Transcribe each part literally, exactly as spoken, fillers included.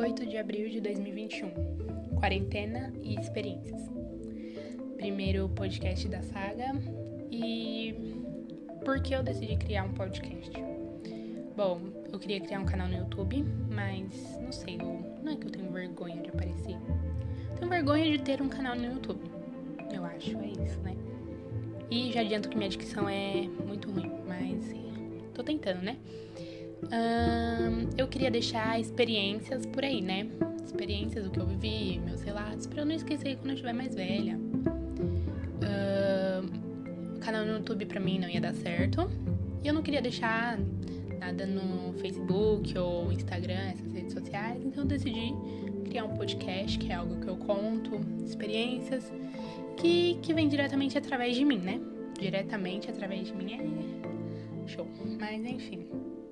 oito de abril de dois mil e vinte e um. Quarentena e experiências. Primeiro podcast da saga. E por que eu decidi criar um podcast? Bom, eu queria criar um canal no YouTube, mas não sei, eu, não é que eu tenho vergonha de aparecer. Eu tenho vergonha de ter um canal no YouTube. Eu acho, é isso, né? E já adianto que minha dicção é muito ruim, mas tô tentando, né? Hum, eu queria deixar experiências por aí, né? Experiências do que eu vivi, meus relatos, pra eu não esquecer quando eu estiver mais velha. Hum, o canal no YouTube pra mim não ia dar certo. E eu não queria deixar nada no Facebook ou Instagram, essas redes sociais. Então eu decidi criar um podcast, que é algo que eu conto, experiências que, que vem diretamente através de mim, né? Diretamente através de mim é show. Mas enfim.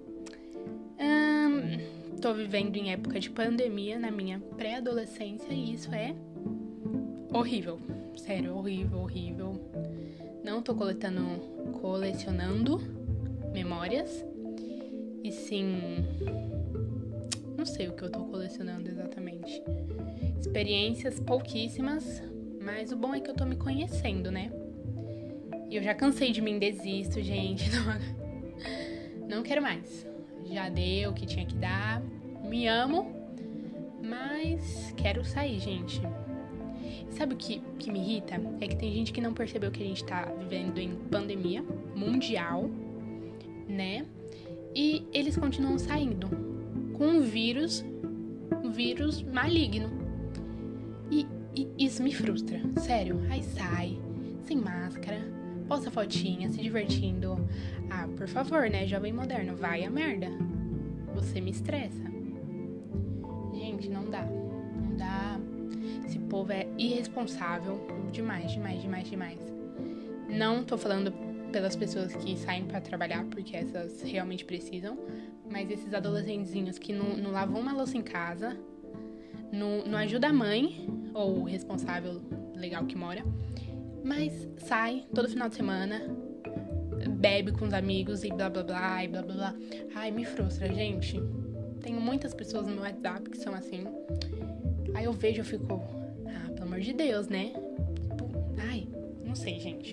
Hum, tô vivendo em época de pandemia na minha pré-adolescência e isso é horrível. Sério, horrível, horrível. Não tô coletando, colecionando memórias. E sim, não sei o que eu tô colecionando exatamente. Experiências pouquíssimas, mas o bom é que eu tô me conhecendo, né? E eu já cansei de mim, desisto, gente. Não, não quero mais. Já deu o que tinha que dar. Me amo, mas quero sair, gente. Sabe o que, que me irrita? É que tem gente que não percebeu que a gente tá vivendo em pandemia mundial, né? E eles continuam saindo com um vírus, um vírus maligno. E, e isso me frustra, sério. Aí sai, sem máscara, posta fotinha, se divertindo. Ah, por favor, né, jovem moderno, vai a merda. Você me estressa. Gente, não dá. Não dá. Esse povo é irresponsável demais, demais, demais, demais. Não tô falando pelas pessoas que saem pra trabalhar, porque essas realmente precisam, mas esses adolescentezinhos que não, não lavam uma louça em casa, não, não ajuda a mãe, ou o responsável legal que mora, mas sai todo final de semana, bebe com os amigos e blá blá blá e blá blá blá. Ai, me frustra, gente. Tenho muitas pessoas no meu WhatsApp que são assim. Aí eu vejo, eu fico, ah, pelo amor de Deus, né? Tipo, ai, não sei, gente.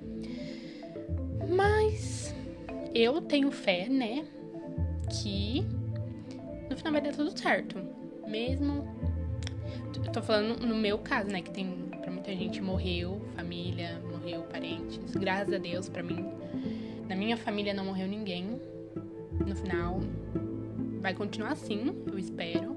Mas eu tenho fé, né, que no final vai dar tudo certo. Mesmo, eu tô falando no meu caso, né, que tem, pra muita gente morreu, família, morreu parentes. Graças a Deus, pra mim, na minha família não morreu ninguém. No final, vai continuar assim, eu espero.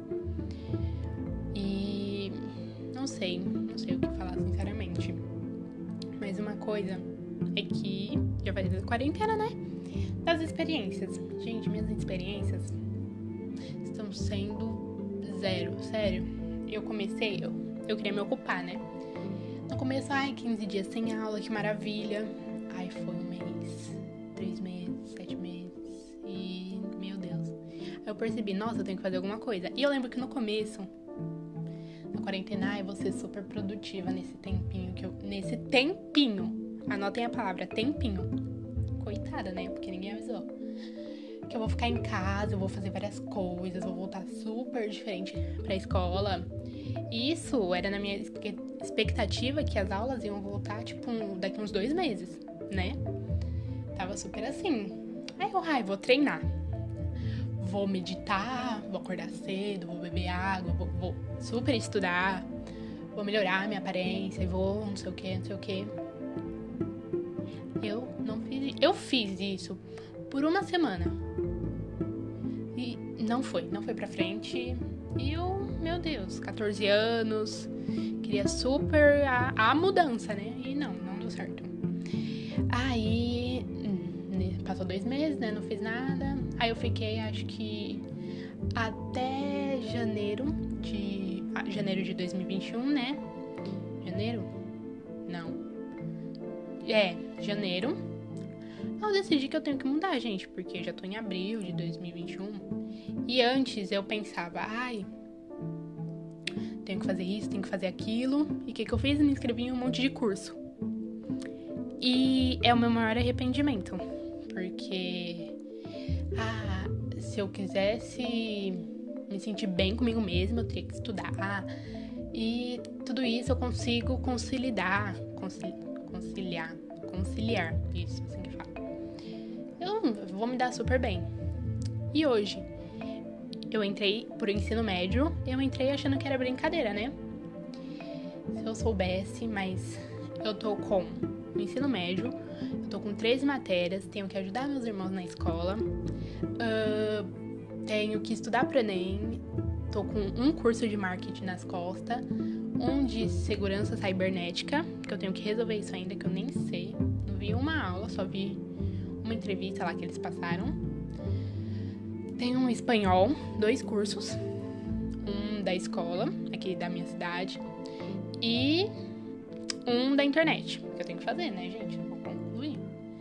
E não sei, não sei o que falar sinceramente. Mas uma coisa é que já vai ter quarentena, né? Das experiências. Gente, minhas experiências estão sendo zero, sério. Eu comecei, eu, eu queria me ocupar, né? No começo, ai, quinze dias sem aula, que maravilha. Ai, foi um mês, três meses, sete meses e, meu Deus. Aí eu percebi, nossa, eu tenho que fazer alguma coisa. E eu lembro que no começo, na quarentena, ai, eu vou ser super produtiva nesse tempinho que eu... Nesse tempinho! Anotem a palavra tempinho. Coitada, né? Porque ninguém avisou. Que eu vou ficar em casa, eu vou fazer várias coisas, vou voltar super diferente pra escola. E isso era na minha expectativa que as aulas iam voltar, tipo, daqui uns dois meses, né? Tava super assim. Aí eu, ai, vou treinar. Vou meditar, vou acordar cedo, vou beber água, vou, vou super estudar, vou melhorar minha aparência, vou não sei o que, não sei o que. Eu não fiz, eu fiz isso por uma semana e não foi, não foi pra frente. E eu, meu Deus, catorze anos, queria super a, a mudança, né? E não, não deu certo. Aí passou dois meses, né? Não fiz nada. Aí eu fiquei, acho que até janeiro de janeiro de dois mil e vinte e um, né? Janeiro? Não. É, janeiro. Eu decidi que eu tenho que mudar, gente, porque eu já tô em abril de dois mil e vinte e um. E antes eu pensava, ai, tenho que fazer isso, tenho que fazer aquilo. E o que, que eu fiz? Me inscrevi em um monte de curso. E é o meu maior arrependimento. Porque, ah, se eu quisesse me sentir bem comigo mesma, eu teria que estudar. E tudo isso eu consigo conciliar, conciliar, conciliar, conciliar, isso, assim que fala. Eu vou me dar super bem. E hoje, eu entrei pro ensino médio, eu entrei achando que era brincadeira, né? Se eu soubesse, mas eu tô com o ensino médio, eu tô com treze matérias, tenho que ajudar meus irmãos na escola, uh, tenho que estudar pro Enem, tô com um curso de marketing nas costas, um de segurança cibernética, que eu tenho que resolver isso ainda, que eu nem sei. Não vi uma aula, só vi uma entrevista lá que eles passaram. Tenho um espanhol, dois cursos, um da escola, aqui da minha cidade, e um da internet, que eu tenho que fazer, né, gente? Eu vou concluir.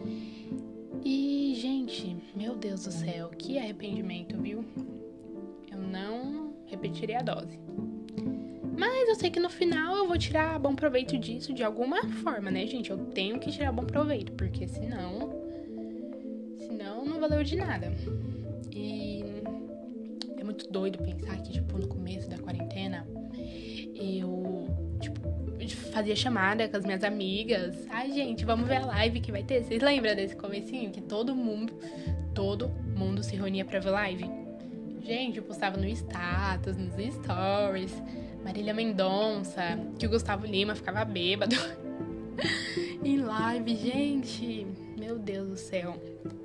E, gente, meu Deus do céu, que arrependimento, viu? Eu não repetiria a dose. Mas eu sei que no final eu vou tirar bom proveito disso de alguma forma, né, gente? Eu tenho que tirar bom proveito, porque senão... Senão não valeu de nada. E é muito doido pensar que, tipo, no começo da quarentena, eu, tipo, fazia chamada com as minhas amigas. Ai, gente, vamos ver a live que vai ter. Vocês lembram desse comecinho? Que todo mundo, todo mundo se reunia pra ver live? Gente, eu postava no status, nos stories, Marília Mendonça, que o Gustavo Lima ficava bêbado em live, gente, meu Deus do céu.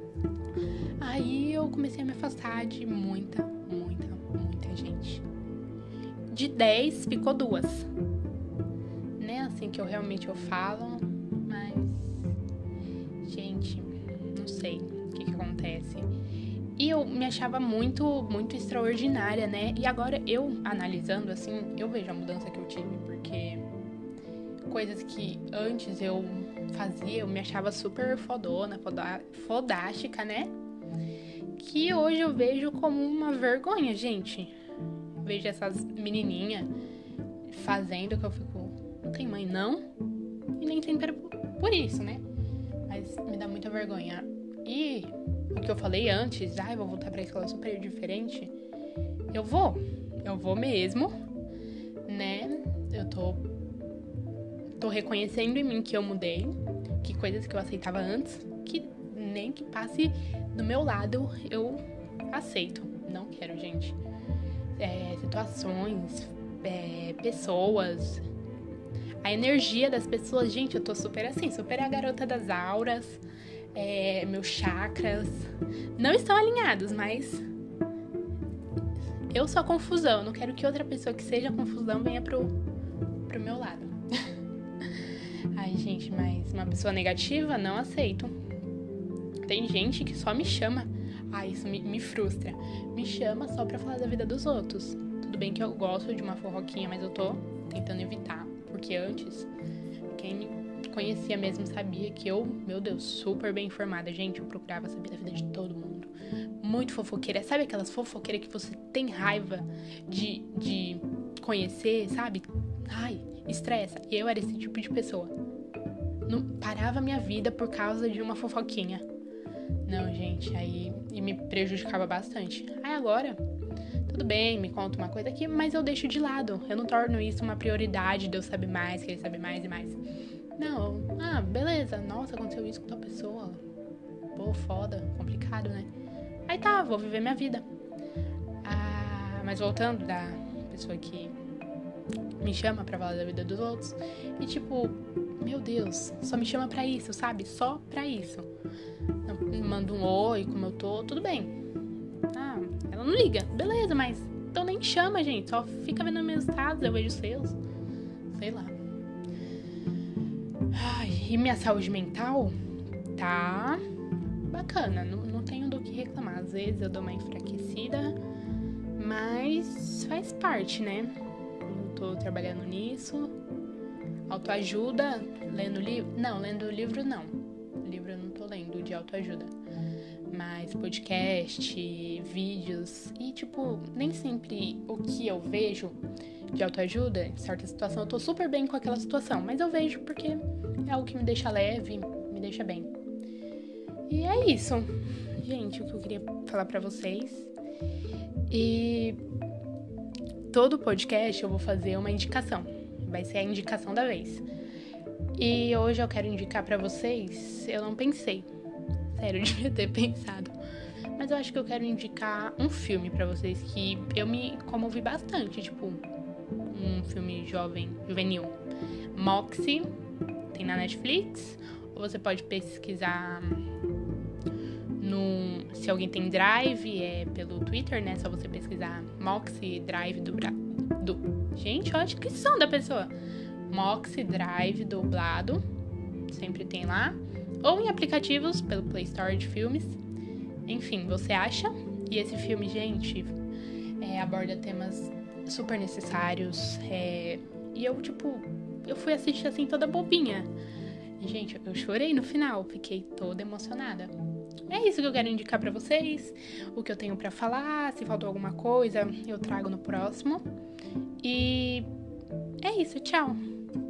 Aí eu comecei a me afastar de muita, muita, muita gente. De dez, ficou duas. Né, assim que eu realmente eu falo, mas... Gente, não sei o que que acontece. E eu me achava muito, muito extraordinária, né? E agora eu, analisando, assim, eu vejo a mudança que eu tive, porque coisas que antes eu fazia, eu me achava super fodona, foda, fodástica, né? Que hoje eu vejo como uma vergonha, gente. Vejo essas menininhas fazendo que eu fico, não tem mãe não, e nem tem por, por isso, né? Mas me dá muita vergonha. E o que eu falei antes, ah, eu vou voltar pra escola super diferente, eu vou, eu vou mesmo, né? Eu tô, tô reconhecendo em mim que eu mudei, que coisas que eu aceitava antes, que nem que passe do meu lado, eu aceito. Não quero, gente. É, situações, é, pessoas, a energia das pessoas, gente, eu tô super assim, super a garota das auras. É, meus chakras não estão alinhados, mas eu sou a confusão. Eu não quero que outra pessoa que seja a confusão venha pro, pro meu lado. Ai, gente, mas uma pessoa negativa, não aceito. Tem gente que só me chama. Ai, isso me, me frustra. Me chama só pra falar da vida dos outros. Tudo bem que eu gosto de uma fofoquinha, mas eu tô tentando evitar. Porque antes, quem me conhecia mesmo, sabia que eu, meu Deus, super bem informada. Gente, eu procurava saber da vida de todo mundo. Muito fofoqueira. Sabe aquelas fofoqueiras que você tem raiva de, de conhecer, sabe? Ai, estressa. E eu era esse tipo de pessoa. Não parava minha vida por causa de uma fofoquinha. Não, gente, aí e me prejudicava bastante. Aí agora, tudo bem, me conta uma coisa aqui, mas eu deixo de lado. Eu não torno isso uma prioridade de eu saber mais, querer saber mais e mais. Não, ah, beleza, nossa, aconteceu isso com tal pessoa. Pô, foda, complicado, né? Aí tá, vou viver minha vida. Ah, mas voltando da pessoa que me chama pra falar da vida dos outros. E tipo, meu Deus, só me chama pra isso, sabe? Só pra isso. Manda um oi, como eu tô, tudo bem. Ah, ela não liga, beleza, mas então nem chama, gente. Só fica vendo meus estados, eu vejo os seus. Sei lá. Ai, e minha saúde mental tá bacana, não, não tenho do que reclamar. Às vezes eu dou uma enfraquecida, mas faz parte, né? Eu tô trabalhando nisso. Autoajuda, lendo livro? Não, lendo livro não. Livro eu não tô lendo de autoajuda. Mas podcast, vídeos e, tipo, nem sempre o que eu vejo de autoajuda, em certa situação, eu tô super bem com aquela situação, mas eu vejo porque é algo que me deixa leve, me deixa bem. E é isso. Gente, o que eu queria falar pra vocês E todo podcast eu vou fazer uma indicação. Vai ser a indicação da vez. E hoje eu quero indicar pra vocês, eu não pensei. Sério, eu devia ter pensado. Mas eu acho que eu quero indicar um filme pra vocês que eu me comovi bastante, tipo, um filme jovem, juvenil. Moxie, tem na Netflix, ou você pode pesquisar no... Se alguém tem Drive, é pelo Twitter, né? Só você pesquisar Moxie Drive do... do... Gente, olha que som da pessoa! Moxie Drive dublado, sempre tem lá. Ou em aplicativos, pelo Play Store de filmes. Enfim, você acha? E esse filme, gente, é, aborda temas super necessários. É, e eu, tipo, eu fui assistir assim toda bobinha. E, gente, eu chorei no final, fiquei toda emocionada. É isso que eu quero indicar pra vocês. O que eu tenho pra falar. Se faltou alguma coisa, eu trago no próximo. E é isso, tchau!